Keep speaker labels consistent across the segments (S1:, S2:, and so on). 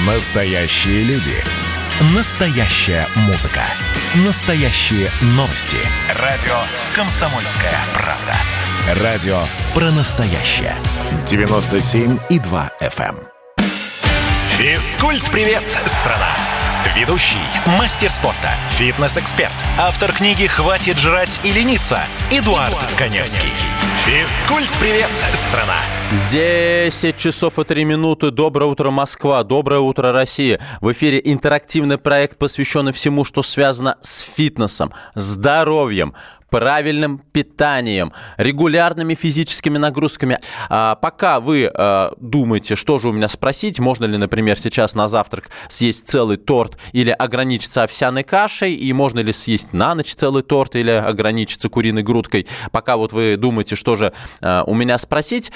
S1: Настоящие люди. Настоящая музыка. Настоящие новости. Радио «Комсомольская правда». Радио про настоящее. 97,2 FM. Физкульт-привет, страна! Ведущий, мастер спорта, фитнес-эксперт, автор книги «Хватит жрать и лениться» Эдуард Коневский. Физкульт-привет, страна!
S2: 10 часов и 3 минуты. Доброе утро, Москва. Доброе утро, Россия. В эфире интерактивный проект, посвященный всему, что связано с фитнесом, здоровьем, правильным питанием, регулярными физическими нагрузками. Пока вы думаете, что же у меня спросить, можно ли, например, сейчас на завтрак съесть целый торт или ограничиться овсяной кашей, и можно ли съесть на ночь целый торт или ограничиться куриной грудкой, пока вот вы думаете, что же у меня спросить,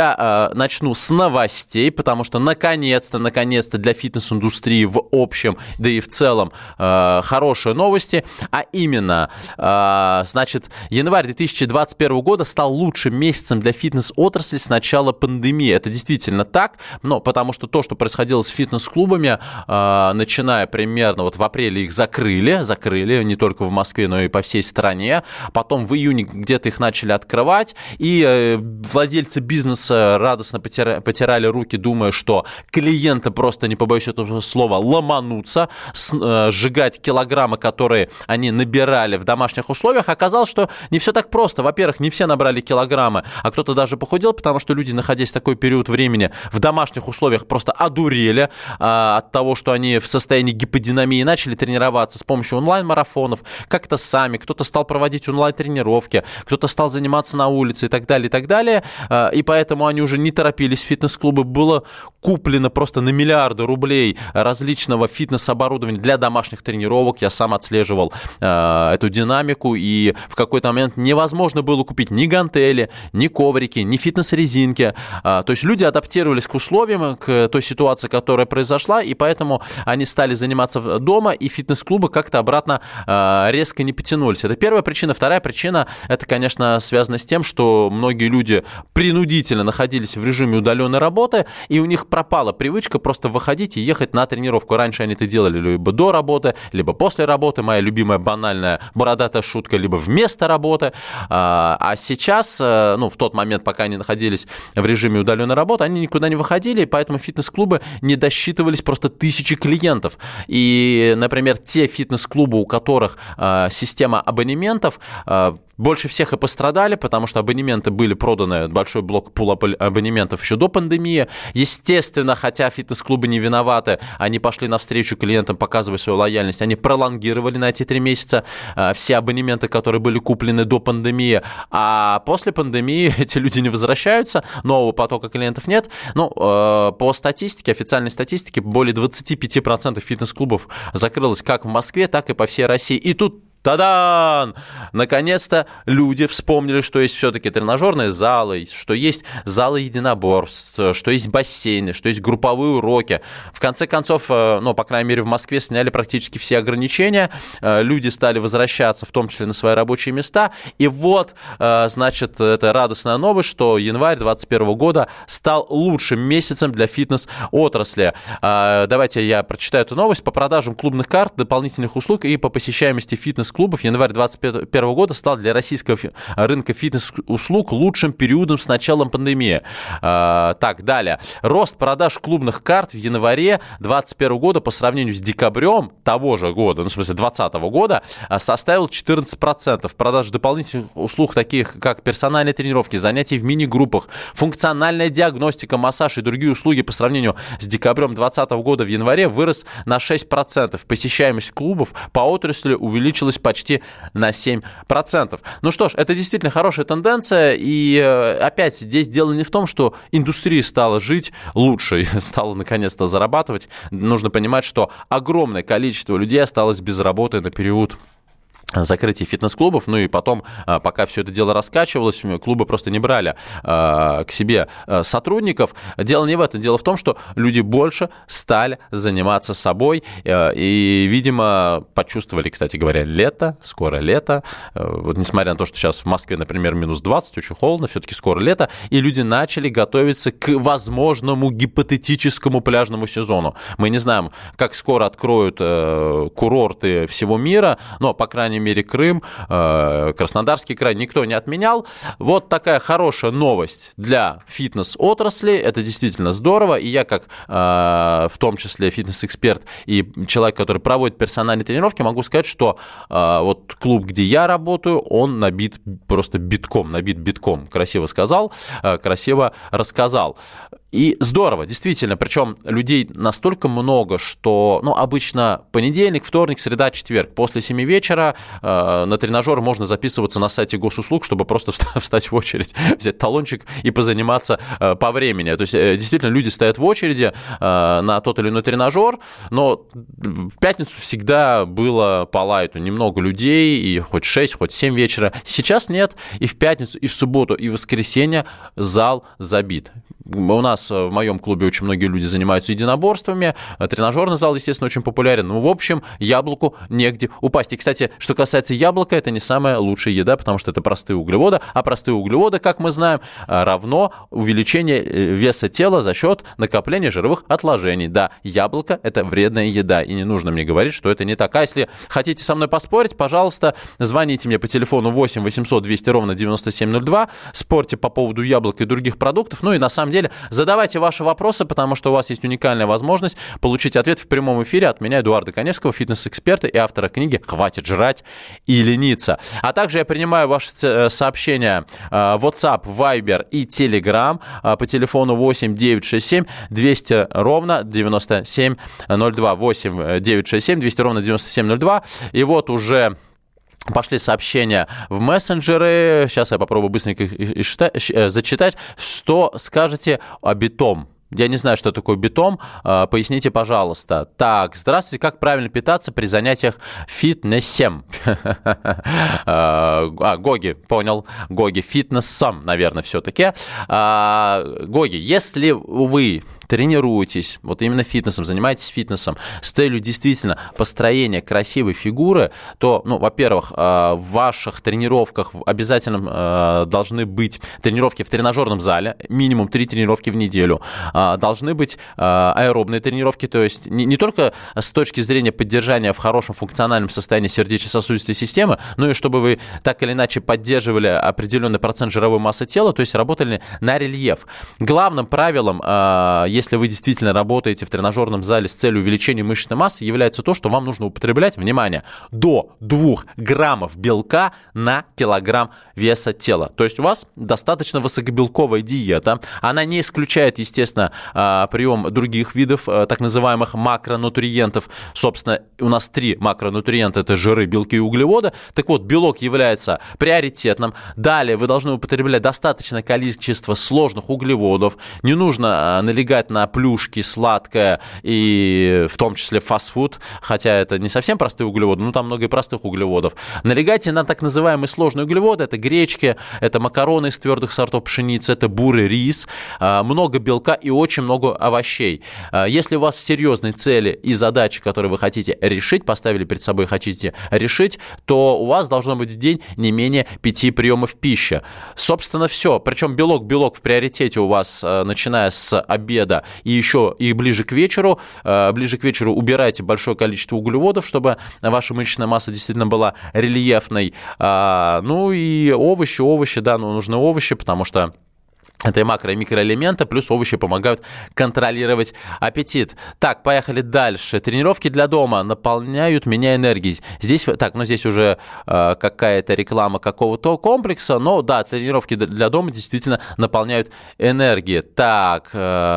S2: я начну с новостей, потому что наконец-то для фитнес-индустрии в общем, да и в целом хорошие новости, а именно, значит, январь 2021 года стал лучшим месяцем для фитнес-отрасли с начала пандемии. Это действительно так, но потому что то, что происходило с фитнес-клубами, начиная примерно вот в апреле их закрыли не только в Москве, но и по всей стране. Потом в июне где-то их начали открывать, и владельцы бизнеса радостно потирали руки, думая, что клиенты просто, не побоюсь этого слова, ломанутся, сжигать килограммы, которые они набирали в домашних условиях. Оказалось, что не все так просто. Во-первых, не все набрали килограммы, а кто-то даже похудел, потому что люди, находясь в такой период времени в домашних условиях, просто одурели от того, что они в состоянии гиподинамии начали тренироваться с помощью онлайн-марафонов, как-то сами, кто-то стал проводить онлайн-тренировки, кто-то стал заниматься на улице и так далее, и так далее. И поэтому они уже не торопились в фитнес-клубы. Было куплено просто на миллиарды рублей различного фитнес-оборудования для домашних тренировок. Я сам отслеживал эту динамику, и в какой-то момент невозможно было купить ни гантели, ни коврики, ни фитнес-резинки. То есть люди адаптировались к условиям, к той ситуации, которая произошла, и поэтому они стали заниматься дома, и фитнес-клубы как-то обратно резко не потянулись. Это первая причина. Вторая причина, это, конечно, связано с тем, что многие люди принудительно находились в режиме удаленной работы, и у них пропала привычка просто выходить и ехать на тренировку. Раньше они это делали либо до работы, либо после работы. Моя любимая банальная бородатая шутка, либо вместо работы. А сейчас, в тот момент, пока они находились в режиме удаленной работы, они никуда не выходили, и поэтому фитнес-клубы не досчитывались просто тысячи клиентов. И, например, те фитнес-клубы, у которых система абонементов, больше всех и пострадали, потому что абонементы были проданы, большой блок пул абонементов еще до пандемии. Естественно, хотя фитнес-клубы не виноваты, они пошли навстречу клиентам, показывая свою лояльность, они пролонгировали на эти 3 месяца все абонементы, которые были куплены до пандемии, а после пандемии эти люди не возвращаются, нового потока клиентов нет. По статистике, официальной статистике, более 25% фитнес-клубов закрылось как в Москве, так и по всей России. И тут та-дан! Наконец-то люди вспомнили, что есть все-таки тренажерные залы, что есть залы единоборств, что есть бассейны, что есть групповые уроки. В конце концов, по крайней мере, в Москве сняли практически все ограничения. Люди стали возвращаться, в том числе на свои рабочие места. И вот, значит, это радостная новость, что январь 2021 года стал лучшим месяцем для фитнес-отрасли. Давайте я прочитаю эту новость. По продажам клубных карт, дополнительных услуг и по посещаемости фитнес-клубов январь 2021 года стал для российского рынка фитнес-услуг лучшим периодом с началом пандемии. Так, далее. Рост продаж клубных карт в январе 2021 года по сравнению с декабрем того же года, 2020 года, составил 14%. Продажи дополнительных услуг, таких как персональные тренировки, занятия в мини-группах, функциональная диагностика, массаж и другие услуги по сравнению с декабрем 2020 года в январе вырос на 6%. Посещаемость клубов по отрасли увеличилась почти на 7%. Ну что ж, это действительно хорошая тенденция, и опять здесь дело не в том, что индустрия стала жить лучше, стала наконец-то зарабатывать. Нужно понимать, что огромное количество людей осталось без работы на период закрытие фитнес-клубов, ну и потом, пока все это дело раскачивалось, клубы просто не брали к себе сотрудников. Дело не в этом, дело в том, что люди больше стали заниматься собой и, видимо, почувствовали, кстати говоря, лето, скоро лето. Вот несмотря на то, что сейчас в Москве, например, минус 20, очень холодно, все-таки скоро лето, и люди начали готовиться к возможному гипотетическому пляжному сезону. Мы не знаем, как скоро откроют курорты всего мира, но, по крайней мере, Крым, Краснодарский край никто не отменял. Вот такая хорошая новость для фитнес-отрасли. Это действительно здорово. И я, как в том числе фитнес-эксперт и человек, который проводит персональные тренировки, могу сказать, что вот клуб, где я работаю, он набит просто битком, красиво сказал, красиво рассказал. И здорово, действительно, причем людей настолько много, что, обычно понедельник, вторник, среда, четверг, после 7 вечера на тренажер можно записываться на сайте госуслуг, чтобы просто встать в очередь, взять талончик и позаниматься по времени. То есть, действительно, люди стоят в очереди на тот или иной тренажер, но в пятницу всегда было по лайту немного людей, и хоть 6, хоть 7 вечера. Сейчас нет, и в пятницу, и в субботу, и в воскресенье зал забит. У нас в моем клубе очень многие люди занимаются единоборствами, тренажерный зал, естественно, очень популярен. Ну, в общем, яблоку негде упасть. И, кстати, что касается яблока, это не самая лучшая еда, потому что это простые углеводы, а простые углеводы, как мы знаем, равно увеличению веса тела за счет накопления жировых отложений. Да, яблоко – это вредная еда, и не нужно мне говорить, что это не так. А если хотите со мной поспорить, пожалуйста, звоните мне по телефону 8 800 200 ровно 9702, спорьте по поводу яблок и других продуктов. Ну и на самом деле задавайте ваши вопросы, потому что у вас есть уникальная возможность получить ответ в прямом эфире от меня, Эдуарда Коневского, фитнес-эксперта и автора книги «Хватит жрать и лениться». А также я принимаю ваши сообщения в WhatsApp, Viber и Telegram по телефону 8 967 200 ровно 9702. 8 967 200 ровно 9702. И вот уже пошли сообщения в мессенджеры. Сейчас я попробую быстренько их зачитать. Что скажете о битом? Я не знаю, что такое битом. Поясните, пожалуйста. Так, здравствуйте. Как правильно питаться при занятиях фитнесом? Гоги, понял. Гоги, фитнесом, наверное, все-таки. Гоги, если вы тренируетесь, вот именно фитнесом, занимаетесь фитнесом с целью действительно построения красивой фигуры, то, во-первых, в ваших тренировках обязательно должны быть тренировки в тренажерном зале, минимум 3 тренировки в неделю. Должны быть аэробные тренировки, то есть не только с точки зрения поддержания в хорошем функциональном состоянии сердечно-сосудистой системы, но и чтобы вы так или иначе поддерживали определенный процент жировой массы тела, то есть работали на рельеф. Главным правилом, если вы действительно работаете в тренажерном зале с целью увеличения мышечной массы, является то, что вам нужно употреблять, внимание, до 2 граммов белка на килограмм веса тела. То есть у вас достаточно высокобелковая диета. Она не исключает, естественно, прием других видов так называемых макронутриентов. Собственно, у нас 3 макронутриента – это жиры, белки и углеводы. Так вот, белок является приоритетным. Далее вы должны употреблять достаточное количество сложных углеводов. Не нужно налегать на плюшки, сладкое и в том числе фастфуд, хотя это не совсем простые углеводы, но там много и простых углеводов. Налегайте на так называемые сложные углеводы, это гречки, это макароны из твердых сортов пшеницы, это бурый рис, много белка и очень много овощей. Если у вас серьезные цели и задачи, которые вы хотите решить, поставили перед собой и хотите решить, то у вас должно быть в день не менее 5 приемов пищи. Собственно, все. Причем белок в приоритете у вас, начиная с обеда и еще и ближе к вечеру. Ближе к вечеру убирайте большое количество углеводов, чтобы ваша мышечная масса действительно была рельефной. Ну и овощи, да, нужны овощи, потому что это и макро- и микроэлементы, плюс овощи помогают контролировать аппетит. Так, поехали дальше. Тренировки для дома наполняют меня энергией. Здесь уже какая-то реклама какого-то комплекса, но да, тренировки для дома действительно наполняют энергией. Так,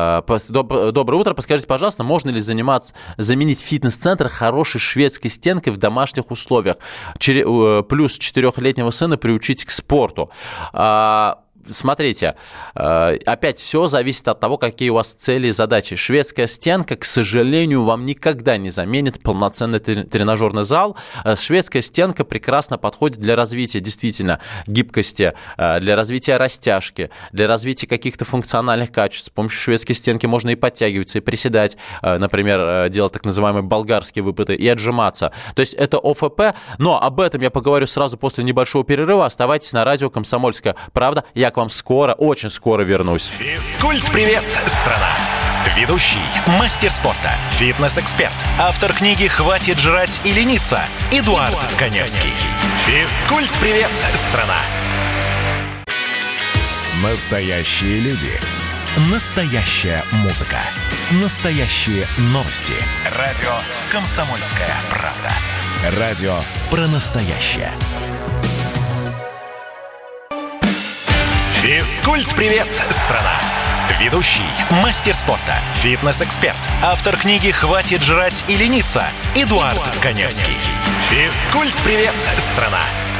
S2: доброе утро. Подскажите, пожалуйста, можно ли заменить фитнес-центр хорошей шведской стенкой в домашних условиях? Плюс 4-летнего сына приучить к спорту. смотрите, опять все зависит от того, какие у вас цели и задачи. Шведская стенка, к сожалению, вам никогда не заменит полноценный тренажерный зал. Шведская стенка прекрасно подходит для развития действительно гибкости, для развития растяжки, для развития каких-то функциональных качеств. С помощью шведской стенки можно и подтягиваться, и приседать, например, делать так называемые болгарские выпады, и отжиматься. То есть это ОФП, но об этом я поговорю сразу после небольшого перерыва. Оставайтесь на радио «Комсомольская правда». Я к вам скоро, очень скоро вернусь.
S1: Физкульт-привет, страна! Ведущий, мастер спорта, фитнес-эксперт, автор книги «Хватит жрать и лениться» Эдуард Коневский. Физкульт-привет, страна! Настоящие люди. Настоящая музыка. Настоящие новости. Радио «Комсомольская правда». Радио про настоящее. Физкульт-привет, страна! Ведущий, мастер спорта, фитнес-эксперт, автор книги «Хватит жрать и лениться» Эдуард Коневский. Физкульт-привет, страна!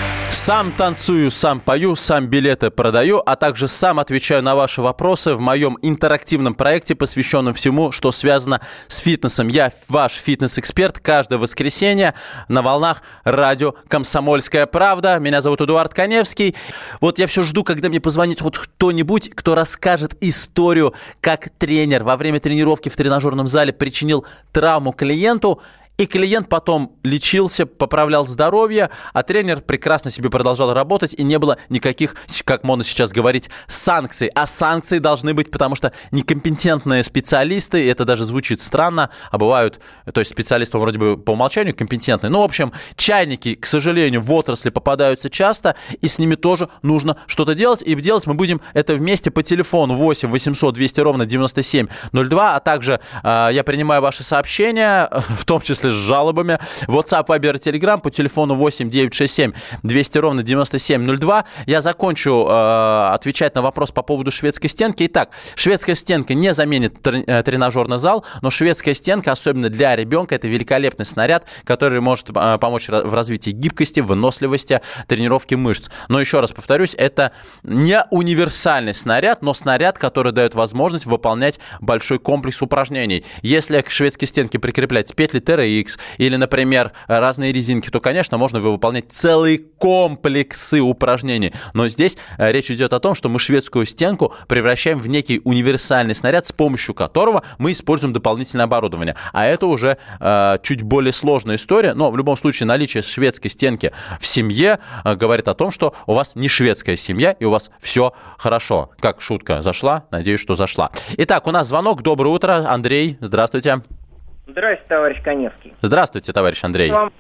S2: Сам танцую, сам пою, сам билеты продаю, а также сам отвечаю на ваши вопросы в моем интерактивном проекте, посвященном всему, что связано с фитнесом. Я ваш фитнес-эксперт каждое воскресенье на волнах радио «Комсомольская правда». Меня зовут Эдуард Коневский. Вот я все жду, когда мне позвонит вот кто-нибудь, кто расскажет историю, как тренер во время тренировки в тренажерном зале причинил травму клиенту, и клиент потом лечился, поправлял здоровье, а тренер прекрасно себе продолжал работать, и не было никаких, как можно сейчас говорить, санкций. А санкции должны быть, потому что некомпетентные специалисты, и это даже звучит странно, а бывают, то есть специалисты вроде бы по умолчанию компетентные. Ну, в общем, чайники, к сожалению, в отрасли попадаются часто, и с ними тоже нужно что-то делать. И делать мы будем это вместе по телефону 8 800 200 ровно 9702, а также я принимаю ваши сообщения, в том числе с жалобами. WhatsApp, Viber, Telegram по телефону 8 967 200 ровно 9702. Я закончу отвечать на вопрос по поводу шведской стенки. Итак, шведская стенка не заменит тренажерный зал, но шведская стенка, особенно для ребенка, это великолепный снаряд, который может помочь в развитии гибкости, выносливости, тренировки мышц. Но еще раз повторюсь, это не универсальный снаряд, но снаряд, который дает возможность выполнять большой комплекс упражнений. Если к шведской стенке прикреплять петли TRX или, например, разные резинки, то, конечно, можно выполнять целые комплексы упражнений. Но здесь речь идет о том, что мы шведскую стенку превращаем в некий универсальный снаряд, с помощью которого мы используем дополнительное оборудование. А это уже чуть более сложная история, но в любом случае наличие шведской стенки в семье говорит о том, что у вас не шведская семья и у вас все хорошо. Как шутка зашла? Надеюсь, что зашла. Итак, у нас звонок. Доброе утро. Андрей, здравствуйте.
S3: Здравствуйте, товарищ Коневский.
S2: Здравствуйте, товарищ Андрей.
S3: Вам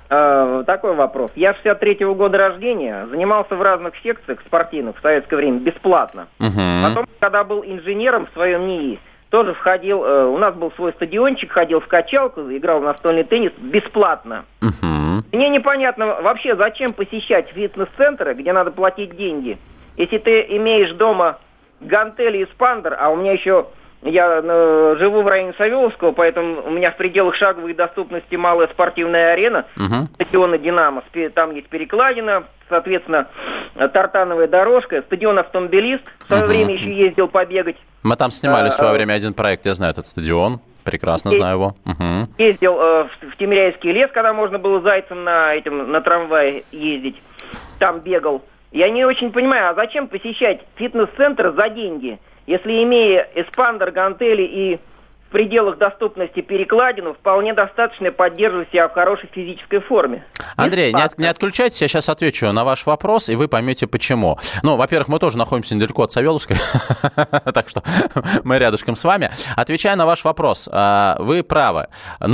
S3: такой вопрос. Я 63-го года рождения, занимался в разных секциях спортивных в советское время бесплатно. Потом, когда был инженером в своем НИИ, тоже входил, у нас был свой стадиончик, ходил в качалку, играл в настольный теннис бесплатно. Мне непонятно вообще, зачем посещать фитнес-центры, где надо платить деньги, если ты имеешь дома гантели и спандер, а у меня еще... Я живу в районе Савеловского, поэтому у меня в пределах шаговой доступности малая спортивная арена, стадиона «Динамо», там есть перекладина, соответственно, тартановая дорожка, стадион «Автомобилист», в свое время еще ездил побегать.
S2: Мы там снимали в свое время один проект, я знаю этот стадион, прекрасно знаю его.
S3: Ездил в Тимиряйский лес, когда можно было зайцем на трамвае ездить, там бегал. Я не очень понимаю, а зачем посещать фитнес-центр за деньги? Если, имея эспандер, гантели и в пределах доступности перекладину, вполне достаточно поддерживать себя в хорошей физической форме.
S2: Андрей, не отключайтесь, я сейчас отвечу на ваш вопрос, и вы поймете, почему. Ну, во-первых, мы тоже находимся недалеко от Савеловской, так что мы рядышком с вами. Отвечая на ваш вопрос, вы правы,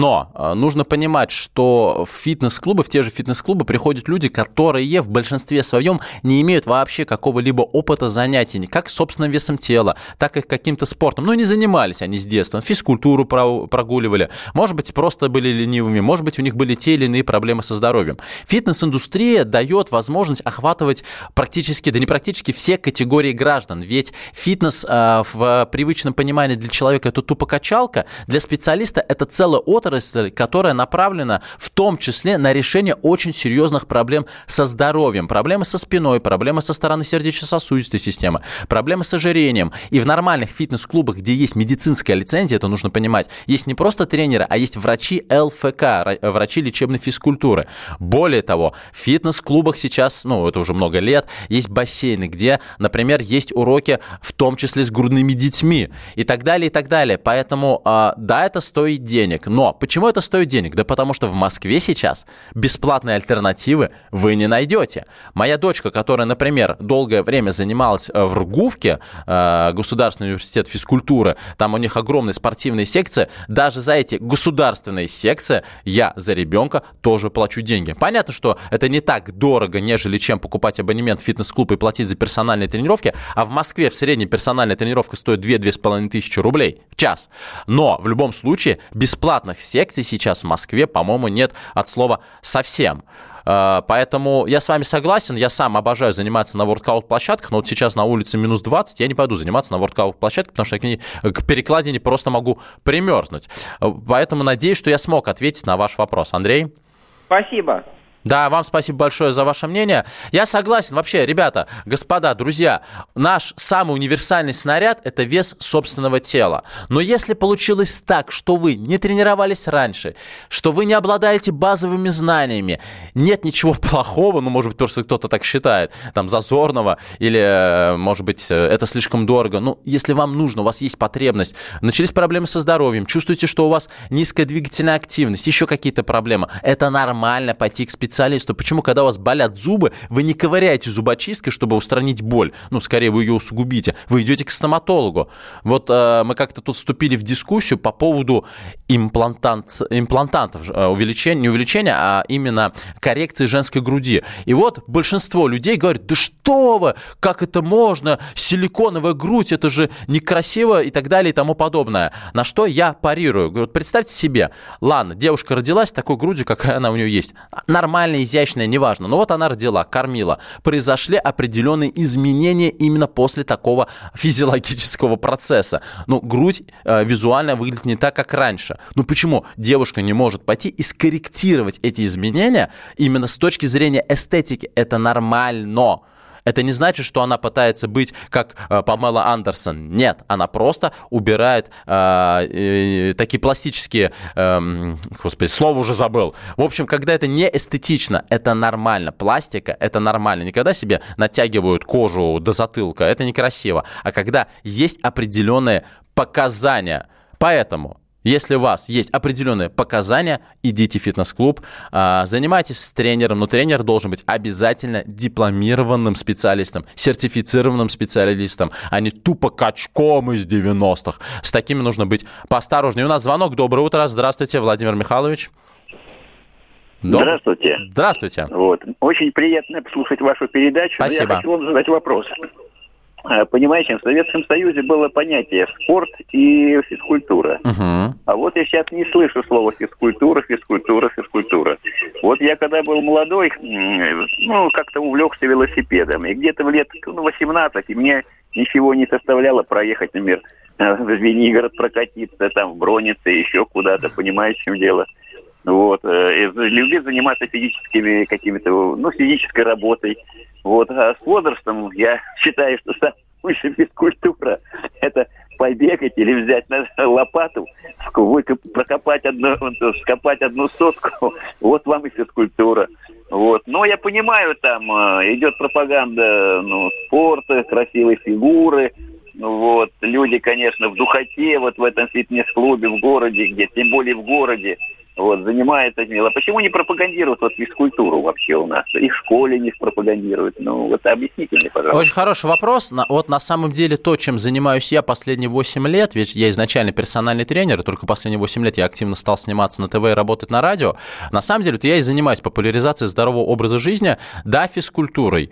S2: но нужно понимать, что в фитнес-клубы, в те же фитнес-клубы приходят люди, которые в большинстве своем не имеют вообще какого-либо опыта занятий, как с собственным весом тела, так и каким-то спортом. Ну, не занимались они с детства, физкультурой физкультуру прогуливали, может быть, просто были ленивыми, может быть, у них были те или иные проблемы со здоровьем. Фитнес-индустрия дает возможность охватывать практически, да не практически, все категории граждан. Ведь фитнес в привычном понимании для человека это тупо качалка, для специалиста это целая отрасль, которая направлена в том числе на решение очень серьезных проблем со здоровьем. Проблемы со спиной, проблемы со стороны сердечно-сосудистой системы, проблемы с ожирением. И в нормальных фитнес-клубах, где есть медицинская лицензия, это нужно понимать, есть не просто тренеры, а есть врачи ЛФК, врачи лечебной физкультуры. Более того, в фитнес-клубах сейчас, это уже много лет, есть бассейны, где, например, есть уроки, в том числе с грудными детьми и так далее, и так далее. Поэтому, да, это стоит денег. Но почему это стоит денег? Да потому что в Москве сейчас бесплатной альтернативы вы не найдете. Моя дочка, которая, например, долгое время занималась в РГУФке, Государственный университет физкультуры, там у них огромные спортивные секции, даже за эти государственные секции я за ребенка тоже плачу деньги. Понятно, что это не так дорого, нежели чем покупать абонемент в фитнес-клуб и платить за персональные тренировки, а в Москве в среднем персональная тренировка стоит 2-2,5 тысячи рублей в час. Но в любом случае бесплатных секций сейчас в Москве, по-моему, нет от слова совсем. Поэтому я с вами согласен, я сам обожаю заниматься на воркаут-площадках, но вот сейчас на улице минус 20, я не пойду заниматься на воркаут-площадке, потому что я к перекладине просто могу примерзнуть. Поэтому надеюсь, что я смог ответить на ваш вопрос. Андрей?
S3: Спасибо.
S2: Да, вам спасибо большое за ваше мнение. Я согласен. Вообще, ребята, господа, друзья, наш самый универсальный снаряд – это вес собственного тела. Но если получилось так, что вы не тренировались раньше, что вы не обладаете базовыми знаниями, нет ничего плохого, может быть, просто кто-то так считает, зазорного, или, может быть, это слишком дорого. Если вам нужно, у вас есть потребность, начались проблемы со здоровьем, чувствуете, что у вас низкая двигательная активность, еще какие-то проблемы, это нормально пойти к специалисту. Почему, когда у вас болят зубы, вы не ковыряете зубочисткой, чтобы устранить боль? скорее вы ее усугубите. Вы идете к стоматологу. Вот мы как-то тут вступили в дискуссию по поводу имплантантов, не увеличения, а именно коррекции женской груди. И вот большинство людей говорят, да что вы, как это можно, силиконовая грудь, это же некрасиво и так далее и тому подобное. На что я парирую. Говорю, представьте себе, ладно, девушка родилась с такой грудью, какая она у нее есть. Нормальная, изящная, неважно. Но вот она родила, кормила. Произошли определенные изменения именно после такого физиологического процесса. Грудь визуально выглядит не так, как раньше. Почему девушка не может пойти и скорректировать эти изменения именно с точки зрения эстетики? Это нормально. Это не значит, что она пытается быть как Памела Андерсон. Нет, она просто убирает такие пластические... Господи, слово уже забыл. В общем, когда это не эстетично, это нормально. Пластика – это нормально. Не когда себе натягивают кожу до затылка, это некрасиво. А когда есть определенные показания. Поэтому... Если у вас есть определенные показания, идите в фитнес-клуб, занимайтесь с тренером, но тренер должен быть обязательно дипломированным специалистом, сертифицированным специалистом, а не тупо качком из 90-х. С такими нужно быть поосторожнее. У нас звонок. Доброе утро. Здравствуйте, Владимир Михайлович.
S4: Здравствуйте.
S2: Здравствуйте.
S4: Очень приятно послушать вашу передачу.
S2: Спасибо.
S4: Я хочу вам задать вопрос. Понимаете, в Советском Союзе было понятие спорт и физкультура.
S2: Угу.
S4: А вот я сейчас не слышу слова физкультура. Вот я когда был молодой, как-то увлекся велосипедом. И где-то в лет 18 мне ничего не составляло проехать, например, в Звенигород прокатиться, в Бронице, еще куда-то, понимаете, в чем дело. Любил заниматься физическими какими-то, физической работой. А с возрастом я считаю, что самая лучшая физкультура – это побегать или взять лопату, скопать одну сотку. Вот вам и физкультура. Но я понимаю, там идет пропаганда спорта, красивой фигуры. Люди, конечно, в духоте, в этом фитнес-клубе в городе, тем более в городе. вот, занимается этим. А почему не пропагандируют вот физкультуру вообще у нас? И в школе не пропагандируют. Ну, вот объясните мне, пожалуйста.
S2: Очень хороший вопрос. Вот на самом деле то, чем занимаюсь я последние 8 лет, ведь я изначально персональный тренер, и только последние 8 лет я активно стал сниматься на ТВ и работать на радио. На самом деле, вот я и занимаюсь популяризацией здорового образа жизни, да, физкультурой.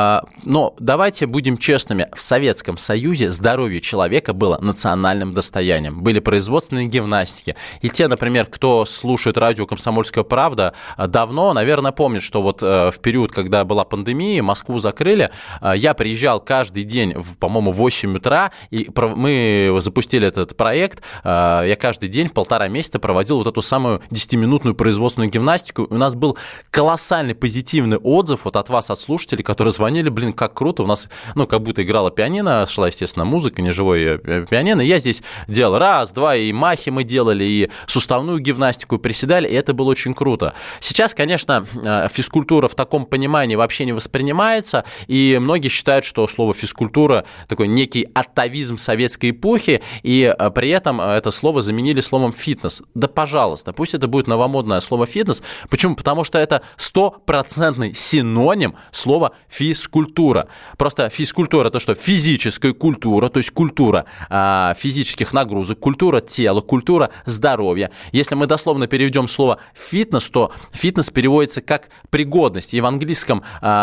S2: Но давайте будем честными. В Советском Союзе здоровье человека было национальным достоянием. Были производственные гимнастики. И те, например, кто слушает радио «Комсомольская правда», давно, наверное, помнят, что вот в период, когда была пандемия, Москву закрыли, я приезжал каждый день, по-моему, в 8 утра, и мы запустили этот проект. Я каждый день 1,5 месяца проводил вот эту самую 10-минутную производственную гимнастику. У нас был колоссальный позитивный отзыв вот от вас, от слушателей, которые звонили, блин, как круто. У нас, ну, как будто играла пианино, шла, естественно, музыка, не живое пианино. Я здесь делал раз, два, и махи мы делали, и суставную гимнастику приседали, и это было очень круто. Сейчас, конечно, физкультура в таком понимании вообще не воспринимается, и многие считают, что слово физкультура такой некий атавизм советской эпохи, и при этом это слово заменили словом фитнес. Да, пожалуйста, пусть это будет новомодное слово фитнес. Почему? Потому что это 100% синоним слова физкультура. Просто физкультура — это что? Физическая культура, то есть культура физических нагрузок, культура тела, культура здоровья. Если мы дословно переведем слово фитнес, то фитнес переводится как пригодность. И в английском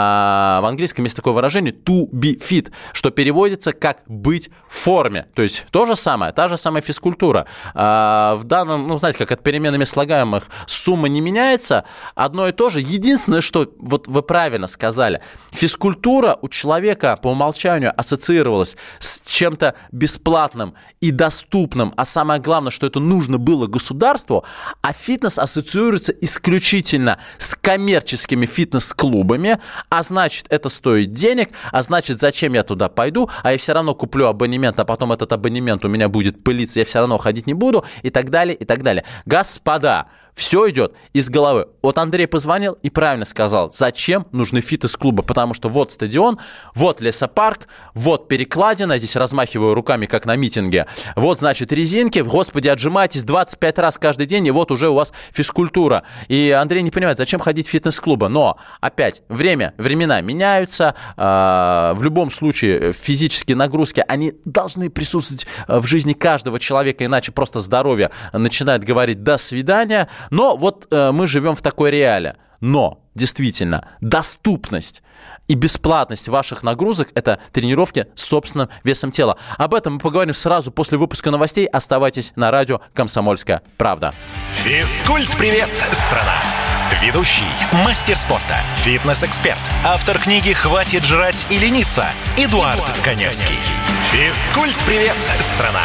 S2: есть такое выражение to be fit, что переводится как быть в форме. То есть то же самое, та же самая физкультура. В данном, ну, знаете, как от переменными слагаемых сумма не меняется, одно и то же. Единственное, что вот вы правильно сказали, физкультура у человека по умолчанию ассоциировалась с чем-то бесплатным и доступным, а самое главное, что это нужно было государству, а фитнес ассоциируется исключительно с коммерческими фитнес-клубами, а значит, это стоит денег, а значит, зачем я туда пойду, а я все равно куплю абонемент, а потом этот абонемент у меня будет пылиться, я все равно ходить не буду, и так далее, и так далее. Господа, все идет из головы. Вот Андрей позвонил и правильно сказал, зачем нужны фитнес-клубы, потому что вот стадион, вот лесопарк, вот перекладина, здесь размахиваю руками, как на митинге, вот, значит, резинки, господи, отжимайтесь 25 раз каждый день, и вот уже у вас физкультура. И Андрей не понимает, зачем ходить в фитнес-клубы, но, опять, времена меняются, в любом случае физические нагрузки, они должны присутствовать в жизни каждого человека, иначе просто здоровье начинает говорить «до свидания». Но вот мы живем в такой реалии. Но, действительно, доступность и бесплатность ваших нагрузок – это тренировки с собственным весом тела. Об этом мы поговорим сразу после выпуска новостей. Оставайтесь на радио «Комсомольская правда».
S1: Физкульт-привет, страна! Ведущий, мастер спорта, фитнес-эксперт, автор книги «Хватит жрать и лениться» Эдуард Коневский. Физкульт-привет, страна!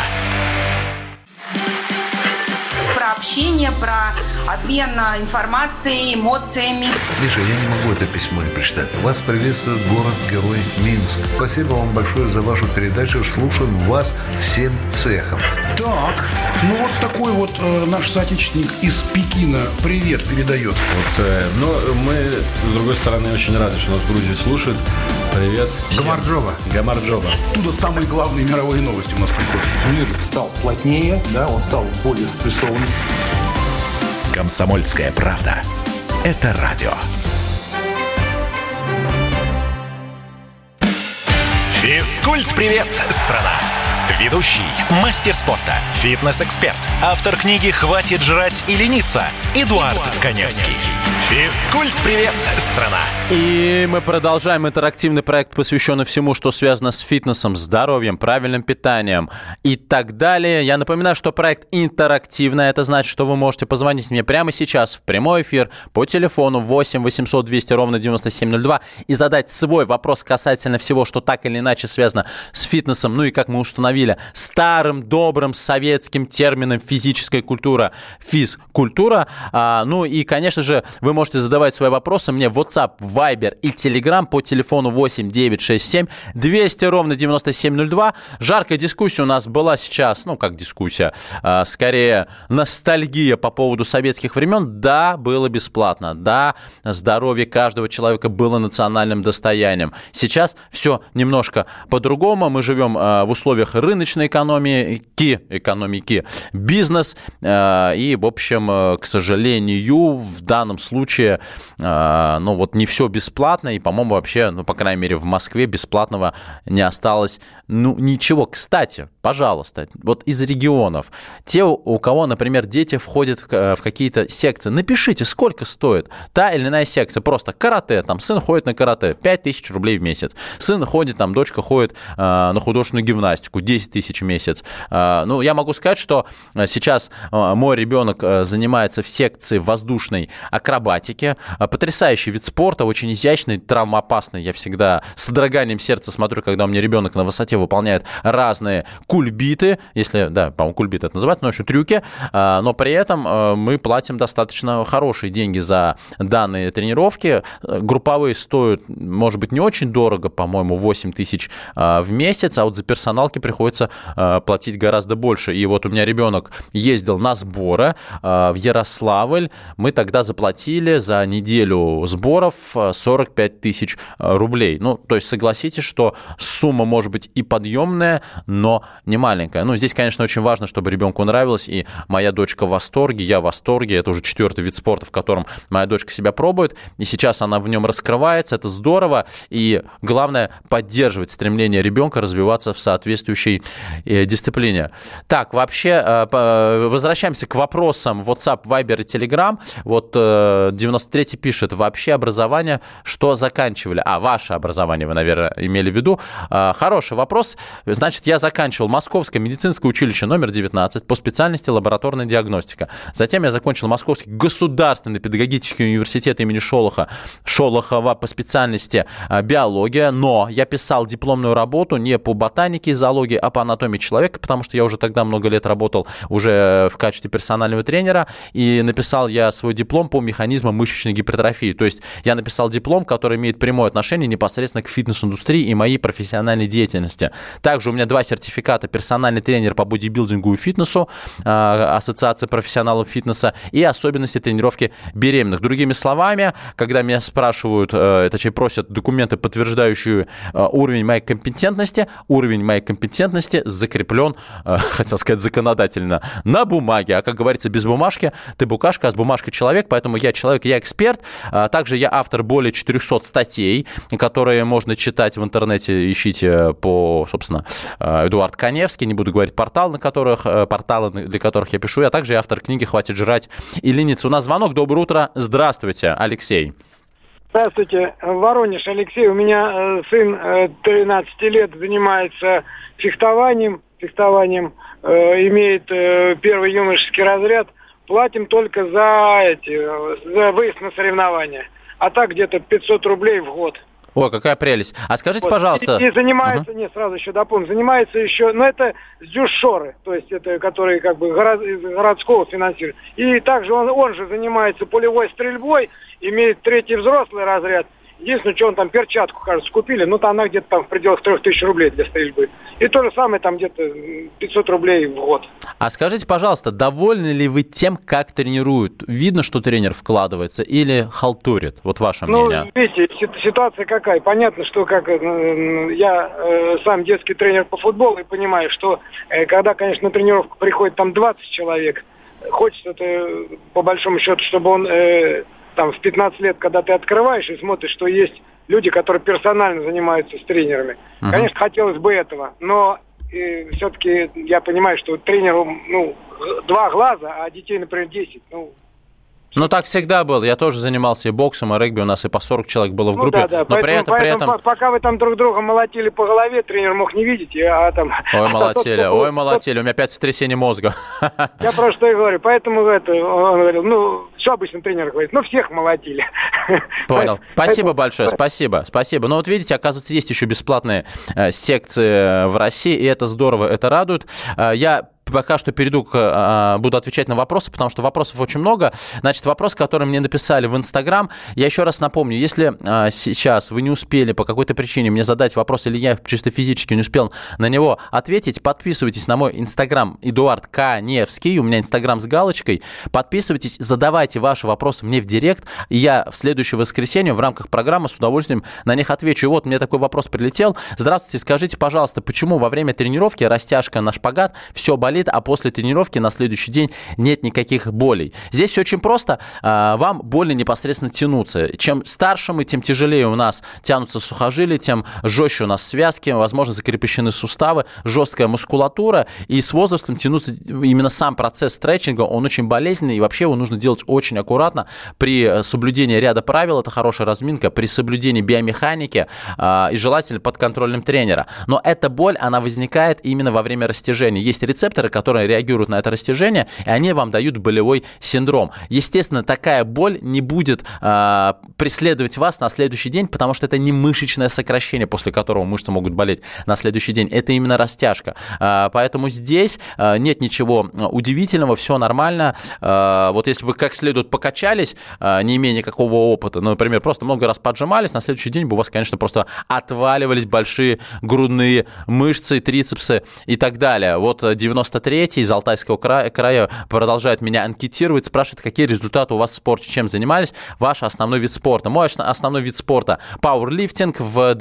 S5: Про общение, про обмен информацией, эмоциями.
S6: Миша, я не могу это письмо не прочитать. Вас приветствует город-герой Минск. Спасибо вам большое за вашу передачу. Слушаем вас всем цехом.
S7: Так, ну вот такой вот наш соотечественник из Пекина привет передает.
S8: Вот, но мы, с другой стороны, очень рады, что нас в Грузии слушают. Привет. Гамарджоба.
S7: Оттуда самые главные мировые новости у нас приходят.
S9: Мир стал плотнее, да, он стал более спрессованным.
S1: «Комсомольская правда» — это радио. Физкульт-привет, страна! Ведущий, мастер спорта, фитнес-эксперт, автор книги «Хватит жрать и лениться» Эдуард Коневский. Физкульт-привет, страна!
S2: И мы продолжаем интерактивный проект, посвященный всему, что связано с фитнесом, здоровьем, правильным питанием и так далее. Я напоминаю, что проект интерактивный. Это значит, что вы можете позвонить мне прямо сейчас в прямой эфир по телефону 8 800 200 ровно 9702 и задать свой вопрос касательно всего, что так или иначе связано с фитнесом. Ну и, как мы установили, старым добрым советским термином физическая культура, физкультура. Ну и, конечно же, вы можете задавать свои вопросы мне в WhatsApp, Viber и Telegram по телефону 8 967 200 ровно 9702. Жаркая дискуссия у нас была сейчас, ну как дискуссия, скорее ностальгия по поводу советских времен. Да, было бесплатно, да, здоровье каждого человека было национальным достоянием. Сейчас все немножко по-другому. Мы живем в условиях рыночной экономики, экономики бизнес. И, в общем, к сожалению, в данном случае, не все бесплатно. И, по-моему, вообще, по крайней мере, в Москве бесплатного не осталось ничего. Кстати, пожалуйста, вот из регионов, те, у кого, например, дети входят в какие-то секции, напишите, сколько стоит та или иная секция. Просто карате, там сын ходит на карате, 5000 рублей в месяц. Сын ходит, там дочка ходит на художественную гимнастику, 10 тысяч в месяц. Я могу сказать, что сейчас мой ребенок занимается в секции воздушной акробатики. Потрясающий вид спорта, очень изящный, травмоопасный. Я всегда с содроганием сердца смотрю, когда у меня ребенок на высоте выполняет разные кульбиты, по-моему, кульбиты это называется, но еще трюки, но при этом мы платим достаточно хорошие деньги за данные тренировки. Групповые стоят, может быть, не очень дорого, по-моему, 8 тысяч в месяц, а вот за персоналки приходится платить гораздо больше. И вот у меня ребенок ездил на сборы в Ярославль, мы тогда заплатили за неделю сборов 45 тысяч рублей. То есть согласитесь, что сумма может быть и подъемная, но не маленькая. Здесь, конечно, очень важно, чтобы ребенку нравилось, и моя дочка в восторге, я в восторге. Это уже 4-й вид спорта, в котором моя дочка себя пробует, и сейчас она в нем раскрывается, это здорово, и главное поддерживать стремление ребенка развиваться в соответствующей дисциплине. Так, вообще, возвращаемся к вопросам WhatsApp, Viber и Telegram. Вот 93-й пишет, вообще образование, что заканчивали? Ваше образование вы, наверное, имели в виду. Хороший вопрос. Значит, я заканчивал Московское медицинское училище номер 19 по специальности лабораторная диагностика. Затем я закончил Московский государственный педагогический университет имени Шолохова по специальности биология, но я писал дипломную работу не по ботанике и зоологии, а по анатомии человека, потому что я уже тогда много лет работал уже в качестве персонального тренера, и написал я свой диплом по механизмам мышечной гипертрофии. То есть я написал диплом, который имеет прямое отношение непосредственно к фитнес-индустрии и моей профессиональной деятельности. Также у меня 2 сертификата: персональный тренер по бодибилдингу и фитнесу, Ассоциация профессионалов фитнеса, и особенности тренировки беременных. Другими словами, когда меня спрашивают, точнее просят документы, подтверждающие уровень моей компетентности закреплен, хотел сказать законодательно, на бумаге. А как говорится, без бумажки ты букашка, а с бумажкой человек, поэтому я человек, я эксперт. Также я автор более 400 статей, которые можно читать в интернете, ищите по, собственно, Эдуард Каневский, не буду говорить порталы, для которых я пишу, а также я автор книги «Хватит жрать и лениться». У нас звонок. Доброе утро. Здравствуйте, Алексей.
S10: Здравствуйте, Воронеж, Алексей. У меня сын 13 лет занимается фехтованием, имеет первый юношеский разряд. Платим только за выезд на соревнования. А так где-то 500 рублей в год.
S2: Ой, какая прелесть. А скажите, пожалуйста...
S10: И занимается, сразу еще дополню, занимается еще, это с дюшоры, то есть это, которые как бы из городского финансируют. И также он же занимается пулевой стрельбой, имеет 3-й взрослый разряд. Единственное, что он там перчатку, кажется, купили, она где-то там в пределах 3000 рублей для стрельбы. И то же самое, там где-то 500 рублей в год. А
S2: скажите, пожалуйста, довольны ли вы тем, как тренируют? Видно, что тренер вкладывается или халтурит? Вот ваше мнение.
S10: Видите, ситуация какая? Понятно, что я сам детский тренер по футболу и понимаю, что когда, конечно, на тренировку приходит там 20 человек, хочется по большому счету, чтобы он... в 15 лет, когда ты открываешь и смотришь, что есть люди, которые персонально занимаются с тренерами. Конечно, хотелось бы этого, но все-таки я понимаю, что тренеру 2 глаза, а детей, например, 10.
S2: Так всегда было. Я тоже занимался и боксом, и регби. У нас и по 40 человек было в группе.
S10: Но поэтому, при этом... Пока вы там друг друга молотили по голове, тренер мог не видеть.
S2: Ой, молотели. У меня 5 сотрясений мозга.
S10: Я просто что и говорю. Поэтому он говорил, что обычно тренер говорит, всех молотили.
S2: Понял. Спасибо большое, спасибо. Но вот видите, оказывается, есть еще бесплатные секции в России, и это здорово, это радует. Я пока что буду отвечать на вопросы, потому что вопросов очень много. Значит, вопрос, который мне написали в Инстаграм, я еще раз напомню, если сейчас вы не успели по какой-то причине мне задать вопрос, или я чисто физически не успел на него ответить, подписывайтесь на мой Инстаграм Эдуард Каневский, у меня Инстаграм с галочкой, подписывайтесь, задавайте ваши вопросы мне в директ, и я в следующее воскресенье в рамках программы с удовольствием на них отвечу. И вот мне такой вопрос прилетел. Здравствуйте, скажите, пожалуйста, почему во время тренировки растяжка на шпагат все болит, болит, а после тренировки на следующий день нет никаких болей. Здесь все очень просто. Вам больно непосредственно тянуться. Чем старше мы, тем тяжелее у нас тянутся сухожилия, тем жестче у нас связки, возможно, закрепощены суставы, жесткая мускулатура, и с возрастом тянуться именно сам процесс стретчинга, он очень болезненный, и вообще его нужно делать очень аккуратно при соблюдении ряда правил, это хорошая разминка, при соблюдении биомеханики и желательно под контролем тренера. Но эта боль, она возникает именно во время растяжения. Есть рецепторы, которые реагируют на это растяжение, и они вам дают болевой синдром. Естественно, такая боль не будет преследовать вас на следующий день, потому что это не мышечное сокращение, после которого мышцы могут болеть на следующий день. Это именно растяжка. Поэтому здесь нет ничего удивительного, все нормально. Вот если вы как следует покачались, не имея никакого опыта, ну, например, просто много раз поджимались, на следующий день бы у вас, конечно, просто отваливались большие грудные мышцы, трицепсы и так далее. Вот 93-й из Алтайского края продолжает меня анкетировать, спрашивает, какие результаты у вас в спорте, чем занимались, ваш основной вид спорта. Мой основной вид спорта – пауэрлифтинг. В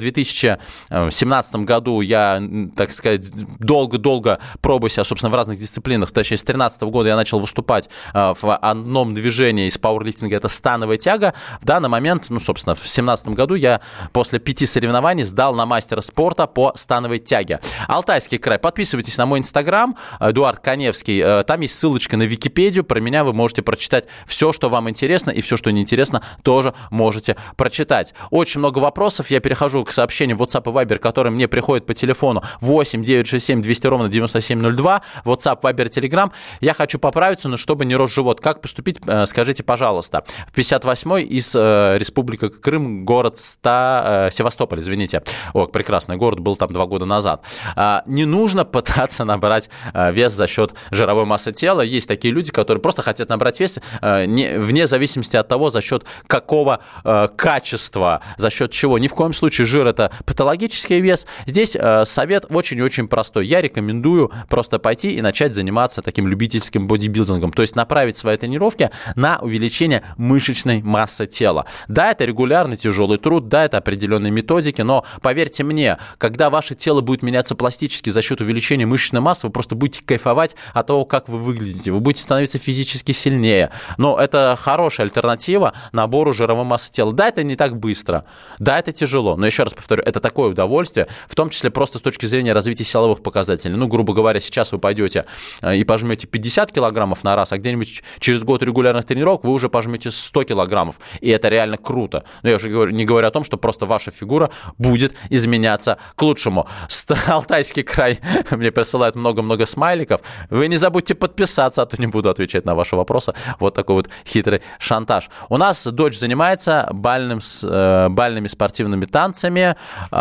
S2: 2017 году я, так сказать, долго пробую себя, собственно, в разных дисциплинах. Точнее, с 2013 года я начал выступать в одном движении из пауэрлифтинга – это становая тяга. В данный момент, ну, собственно, в 2017 году я после 5 соревнований сдал на мастера спорта по становой тяге. Алтайский край. Подписывайтесь на мой инстаграм, Эдуард Каневский. Там есть ссылочка на Википедию. Про меня вы можете прочитать все, что вам интересно, и все, что неинтересно, тоже можете прочитать. Очень много вопросов. Я перехожу к сообщению в WhatsApp и Viber, которые мне приходят по телефону 8 967 200 ровно 9702. WhatsApp, Viber, Telegram. Я хочу поправиться, но чтобы не рос живот. Как поступить, скажите, пожалуйста. 58-й из Республика Крым, город Севастополь, извините. О, прекрасный город, был там 2 года назад. Не нужно пытаться набрать вес за счет жировой массы тела. Есть такие люди, которые просто хотят набрать вес вне зависимости от того, за счет какого качества, за счет чего. Ни в коем случае жир – это патологический вес. Здесь совет очень-очень простой. Я рекомендую просто пойти и начать заниматься таким любительским бодибилдингом, то есть направить свои тренировки на увеличение мышечной массы тела. Да, это регулярный тяжелый труд, да, это определенные методики, но поверьте мне, когда ваше тело будет меняться пластически за счет увеличения мышечной массы, вы просто будете кайфовать от того, как вы выглядите, вы будете становиться физически сильнее. Но это хорошая альтернатива набору жировой массы тела. Да, это не так быстро, да, это тяжело, но еще раз повторю, это такое удовольствие, в том числе просто с точки зрения развития силовых показателей. Ну, грубо говоря, сейчас вы пойдете и пожмете 50 килограммов на раз, а где-нибудь через год регулярных тренировок вы уже пожмете 100 килограммов, и это реально круто. Но я уже не говорю о том, что просто ваша фигура будет изменяться к лучшему. Алтайский край мне присылает много-много смайликов. Вы не забудьте подписаться, а то не буду отвечать на ваши вопросы. Вот такой вот хитрый шантаж. У нас дочь занимается бальными спортивными танцами.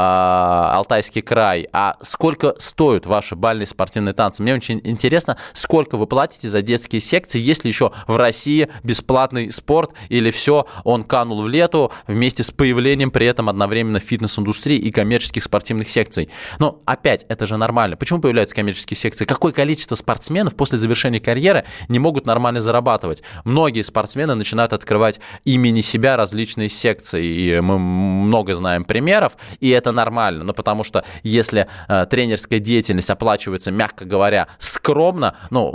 S2: Алтайский край. А сколько стоят ваши бальные спортивные танцы? Мне очень интересно, сколько вы платите за детские секции, есть ли еще в России бесплатный спорт, или все, он канул в лету вместе с появлением при этом одновременно фитнес-индустрии и коммерческих спортивных секций. Но опять, это же нормально. Почему появляются коммерческие секции? Какое количество спортсменов после завершения карьеры не могут нормально зарабатывать? Многие спортсмены начинают открывать имени себя различные секции, и мы много знаем примеров, и это нормально, но потому что если тренерская деятельность оплачивается, мягко говоря, скромно,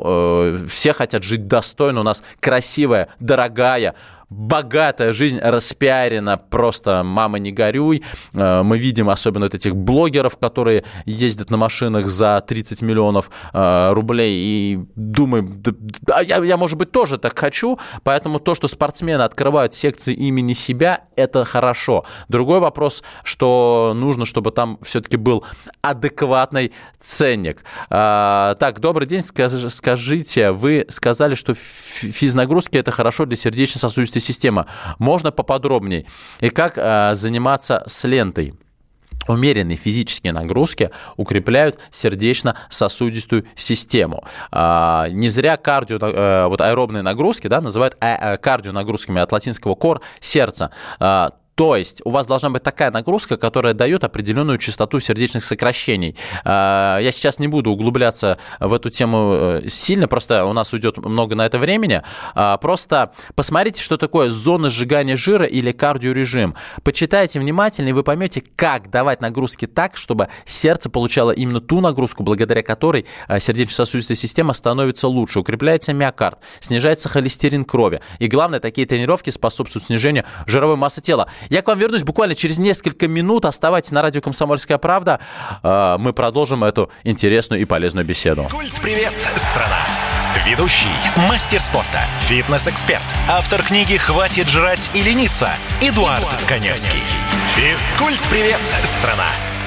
S2: все хотят жить достойно, у нас красивая, дорогая, богатая жизнь распиарена, просто мама не горюй. Мы видим особенно вот этих блогеров, которые ездят на машинах за 30 миллионов рублей, и думаем, я, может быть, тоже так хочу, поэтому то, что спортсмены открывают секции имени себя, это хорошо. Другой вопрос, что нужно, чтобы там все-таки был адекватный ценник. Так, добрый день, скажите, вы сказали, что физнагрузки это хорошо для сердечно-сосудистой системы. Можно поподробнее? И как заниматься с лентой? Умеренные физические нагрузки укрепляют сердечно-сосудистую систему. Не зря аэробные нагрузки называют кардионагрузками от латинского core – сердце. То есть у вас должна быть такая нагрузка, которая дает определенную частоту сердечных сокращений. Я сейчас не буду углубляться в эту тему сильно, просто у нас уйдет много на это времени. Просто посмотрите, что такое зона сжигания жира или кардиорежим. Почитайте внимательно, и вы поймете, как давать нагрузки так, чтобы сердце получало именно ту нагрузку, благодаря которой сердечно-сосудистая система становится лучше, укрепляется миокард, снижается холестерин крови. И главное, такие тренировки способствуют снижению жировой массы тела. Я к вам вернусь буквально через несколько минут. Оставайтесь на радио «Комсомольская правда». Мы продолжим эту интересную и полезную беседу.
S1: Физкульт-привет, страна! Ведущий, мастер спорта, фитнес-эксперт, автор книги «Хватит жрать и лениться» Эдуард Коневский. Физкульт-привет, страна!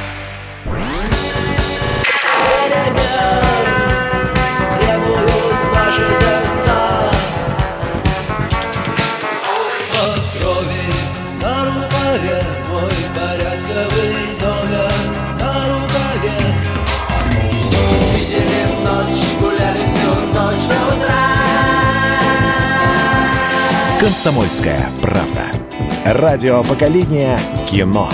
S11: «Комсомольская правда». Радио поколения кино.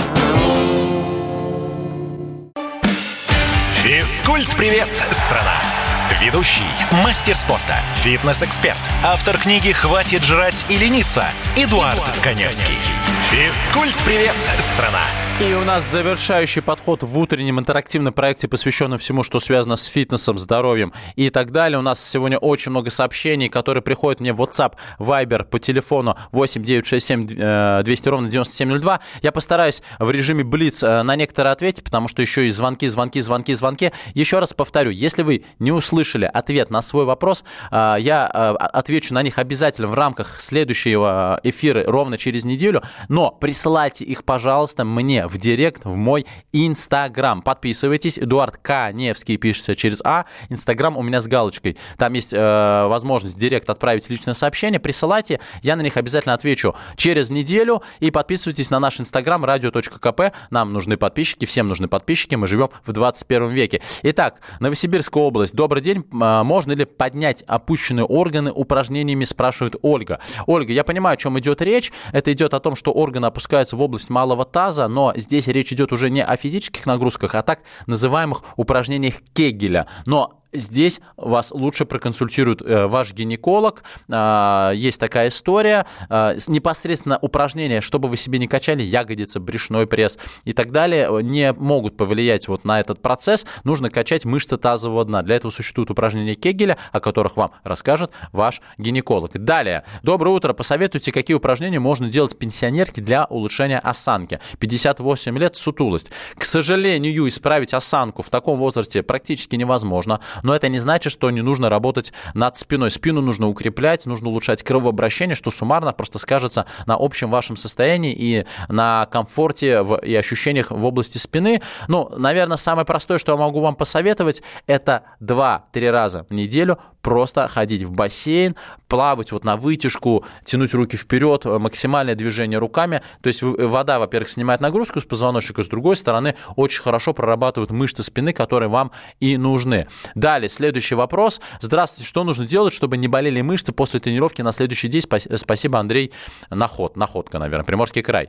S1: Физкульт-привет, страна! Ведущий, мастер спорта, фитнес-эксперт, автор книги «Хватит жрать и лениться» Эдуард Коневский. Физкульт-привет, страна!
S2: И у нас завершающий подход в утреннем интерактивном проекте, посвященном всему, что связано с фитнесом, здоровьем и так далее. У нас сегодня очень много сообщений, которые приходят мне в WhatsApp, Viber по телефону 8 967 200 ровно 9702. Я постараюсь в режиме Блиц на некоторые ответить, потому что еще и звонки. Еще раз повторю, если вы не услышали ответ на свой вопрос, я отвечу на них обязательно в рамках следующего эфира ровно через неделю. Но присылайте их, пожалуйста, мне в директ, в мой Инстаграм. Подписывайтесь. Эдуард Коневский пишется через А. Инстаграм у меня с галочкой. Там есть возможность в директ отправить личное сообщение. Присылайте. Я на них обязательно отвечу через неделю. И подписывайтесь на наш Инстаграм radio.kp. Нам нужны подписчики. Всем нужны подписчики. Мы живем в 21 веке. Итак, Новосибирская область. Добрый день. Можно ли поднять опущенные органы упражнениями, спрашивает Ольга. Ольга, я понимаю, о чем идет речь. Это идет о том, что органы опускаются в область малого таза, но здесь речь идет уже не о физических нагрузках, а так называемых упражнениях Кегеля. Но здесь вас лучше проконсультирует ваш гинеколог. Есть такая история. Непосредственно упражнения, чтобы вы себе не качали ягодицы, брюшной пресс и так далее, не могут повлиять вот на этот процесс. Нужно качать мышцы тазового дна. Для этого существуют упражнения Кегеля, о которых вам расскажет ваш гинеколог. Далее. Доброе утро. Посоветуйте, какие упражнения можно делать пенсионерке для улучшения осанки. 58 лет, сутулость. К сожалению, исправить осанку в таком возрасте практически невозможно. Но это не значит, что не нужно работать над спиной. Спину нужно укреплять, нужно улучшать кровообращение, что суммарно просто скажется на общем вашем состоянии и на комфорте и ощущениях в области спины. Ну, наверное, самое простое, что я могу вам посоветовать, это 2-3 раза в неделю просто ходить в бассейн, плавать вот на вытяжку, тянуть руки вперед, максимальное движение руками. То есть вода, во-первых, снимает нагрузку с позвоночника, с другой стороны, очень хорошо прорабатывают мышцы спины, которые вам и нужны. Далее, следующий вопрос. Здравствуйте, что нужно делать, чтобы не болели мышцы после тренировки на следующий день? Спасибо, Андрей. Находка, наверное, Приморский край.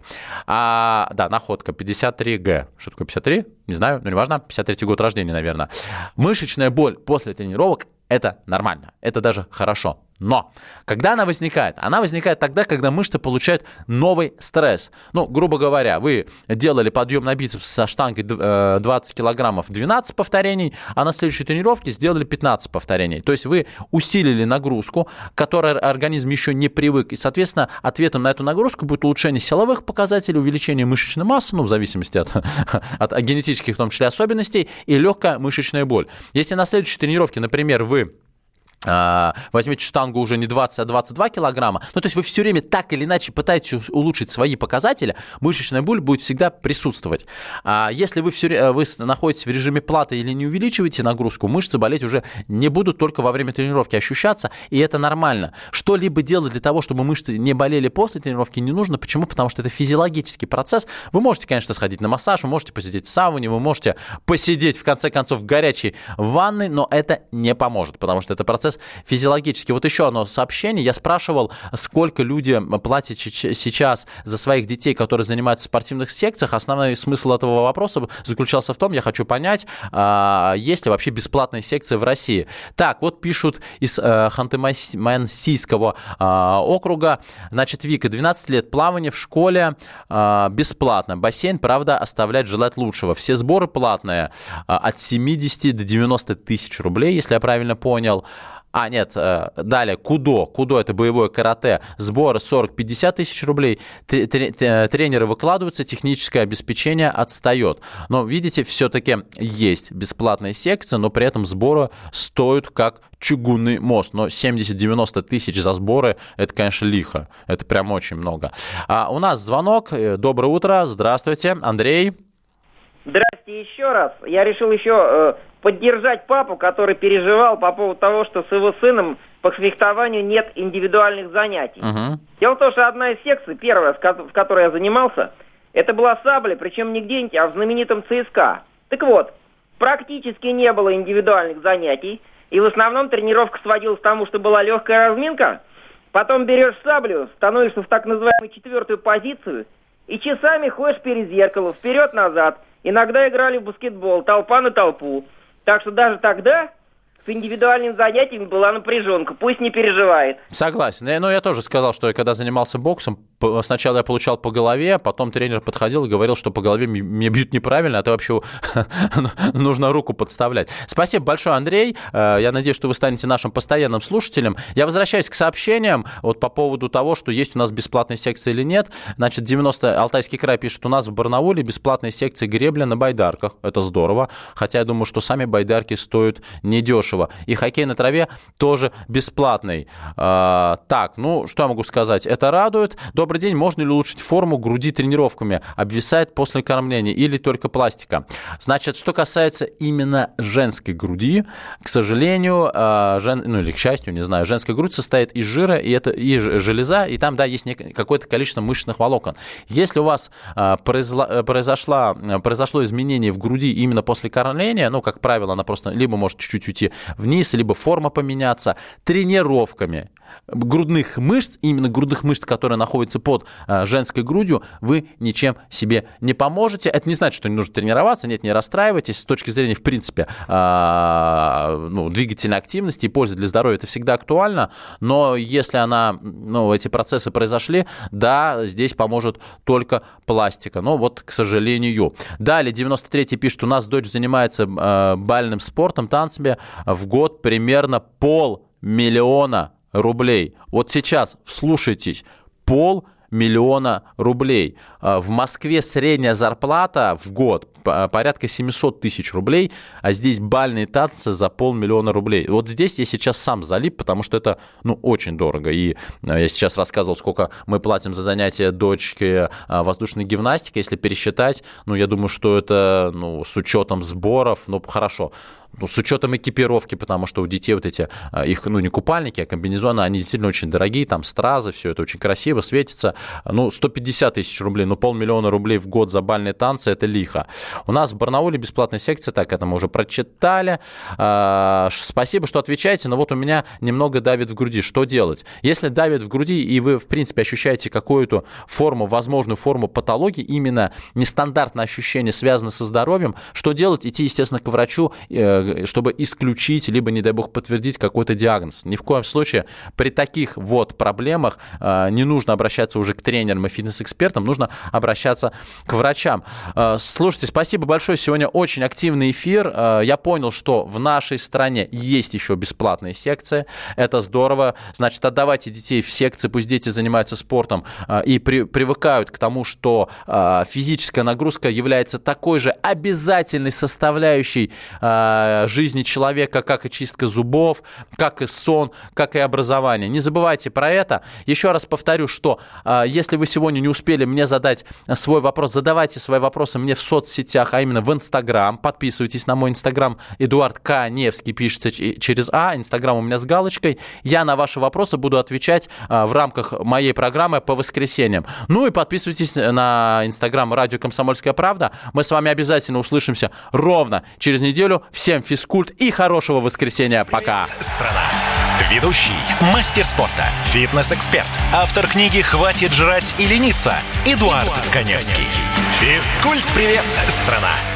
S2: Да, Находка, 53Г. Что такое 53? Не знаю, но неважно. 53-й год рождения, наверное. Мышечная боль после тренировок – это нормально, это даже хорошо. Но когда она возникает? Она возникает тогда, когда мышцы получают новый стресс. Ну, грубо говоря, вы делали подъем на бицепс со штангой 20 килограммов 12 повторений, а на следующей тренировке сделали 15 повторений. То есть вы усилили нагрузку, к которой организм еще не привык. И, соответственно, ответом на эту нагрузку будет улучшение силовых показателей, увеличение мышечной массы, ну, в зависимости от генетических, в том числе, особенностей, и легкая мышечная боль. Если на следующей тренировке, например, вы возьмете штангу уже не 20, а 22 килограмма, ну, то есть вы все время так или иначе пытаетесь улучшить свои показатели, мышечная боль будет всегда присутствовать. Если вы находитесь в режиме платы или не увеличиваете нагрузку, мышцы болеть уже не будут, только во время тренировки ощущаться, и это нормально. Что-либо делать для того, чтобы мышцы не болели после тренировки, не нужно. Почему? Потому что это физиологический процесс. Вы можете, конечно, сходить на массаж, вы можете посидеть в сауне, вы можете посидеть, в конце концов, в горячей ванной, но это не поможет, потому что это процесс процесс физиологический. Вот еще одно сообщение. Я спрашивал, сколько люди платят сейчас за своих детей, которые занимаются в спортивных секциях. Основной смысл этого вопроса заключался в том, я хочу понять, есть ли вообще бесплатные секции в России. Так, вот пишут из Ханты-Мансийского округа. Значит, Вика, 12 лет, плавание в школе бесплатно. Бассейн, правда, оставляет желать лучшего. Все сборы платные, от 70 до 90 тысяч рублей, если я правильно понял. Далее, кудо. Кудо – это боевое карате. Сборы 40-50 тысяч рублей. Тренеры выкладываются, техническое обеспечение отстает. Но, видите, все-таки есть бесплатные секции, но при этом сборы стоят как чугунный мост. Но 70-90 тысяч за сборы – это, конечно, лихо. Это прям очень много. У нас звонок. Доброе утро. Здравствуйте. Андрей.
S3: Здрасте еще раз. Я решил еще поддержать папу, который переживал по поводу того, что с его сыном по фехтованию нет индивидуальных занятий. Дело в том, что одна из секций, первая, в которой я занимался, это была сабля, причем не где-нибудь, а в знаменитом ЦСКА. Так вот, практически не было индивидуальных занятий, и в основном тренировка сводилась к тому, что была легкая разминка, потом берешь саблю, становишься в так называемую 4-ю позицию, и часами ходишь перед зеркалом, вперед-назад. Иногда играли в баскетбол, толпа на толпу. Так что даже тогда с индивидуальными занятиями была напряженка. Пусть не переживает.
S2: Согласен. Но я тоже сказал, что когда занимался боксом, сначала я получал по голове, потом тренер подходил и говорил, что по голове мне бьют неправильно, а ты вообще нужно руку подставлять. Спасибо большое, Андрей. Я надеюсь, что вы станете нашим постоянным слушателем. Я возвращаюсь к сообщениям вот по поводу того, что есть у нас бесплатные секции или нет. Значит, 90 Алтайский край пишет, у нас в Барнауле бесплатные секции гребля на байдарках. Это здорово. Хотя я думаю, что сами байдарки стоят недешево. И хоккей на траве тоже бесплатный. Так, что я могу сказать? Это радует. Добрый день. Можно ли улучшить форму груди тренировками? Обвисает после кормления или только пластика? Значит, что касается именно женской груди, к сожалению, или к счастью, не знаю, женская грудь состоит из жира, и железа, и там, да, есть какое-то количество мышечных волокон. Если у вас произошло изменение в груди именно после кормления, как правило, она просто либо может чуть-чуть уйти вниз, либо форма поменяться, тренировками грудных мышц, именно грудных мышц, которые находятся под женской грудью, вы ничем себе не поможете. Это не значит, что не нужно тренироваться, нет, не расстраивайтесь. С точки зрения, в принципе, двигательной активности и пользы для здоровья это всегда актуально, но если эти процессы произошли, да, здесь поможет только пластика. К сожалению. Далее, 93-й пишет, у нас дочь занимается бальным спортом, танцами, в год примерно 500 000 рублей. Вот сейчас вслушайтесь, 500 000 рублей. В Москве средняя зарплата в год порядка 700 тысяч рублей, а здесь бальные танцы за 500 000 рублей. Вот здесь я сейчас сам залип, потому что это, очень дорого. И я сейчас рассказывал, сколько мы платим за занятия дочки воздушной гимнастики. Если пересчитать, я думаю, что это, с учетом сборов, хорошо. С учетом экипировки, потому что у детей вот эти, их, не купальники, а комбинезоны, они действительно очень дорогие, там стразы, все это очень красиво, светится. 150 тысяч рублей, 500 000 рублей в год за бальные танцы, это лихо. У нас в Барнауле бесплатная секция, так, это мы уже прочитали. Спасибо, что отвечаете, но вот у меня немного давит в груди. Что делать? Если давит в груди, и вы, в принципе, ощущаете какую-то форму, возможную форму патологии, именно нестандартное ощущение, связанное со здоровьем, что делать? Идти, естественно, к врачу, чтобы исключить, либо, не дай бог, подтвердить какой-то диагноз. Ни в коем случае при таких проблемах не нужно обращаться уже к тренерам и фитнес-экспертам, нужно обращаться к врачам. Слушайте, спасибо большое. Сегодня очень активный эфир. Я понял, что в нашей стране есть еще бесплатные секции. Это здорово. Значит, отдавайте детей в секции, пусть дети занимаются спортом и привыкают к тому, что физическая нагрузка является такой же обязательной составляющей жизни человека, как и чистка зубов, как и сон, как и образование. Не забывайте про это. Еще раз повторю, что если вы сегодня не успели мне задать свой вопрос, задавайте свои вопросы мне в соцсетях, а именно в Инстаграм. Подписывайтесь на мой Инстаграм. Эдуард Каневский пишется через А. Инстаграм у меня с галочкой. Я на ваши вопросы буду отвечать в рамках моей программы по воскресеньям. И подписывайтесь на Инстаграм «Радио Комсомольская правда». Мы с вами обязательно услышимся ровно через неделю. Всем физкульт и хорошего воскресенья. Пока.
S1: Привет, страна. Ведущий, мастер спорта, фитнес-эксперт, автор книги «Хватит жрать и лениться» Эдуард Коневский. Физкульт-привет, страна!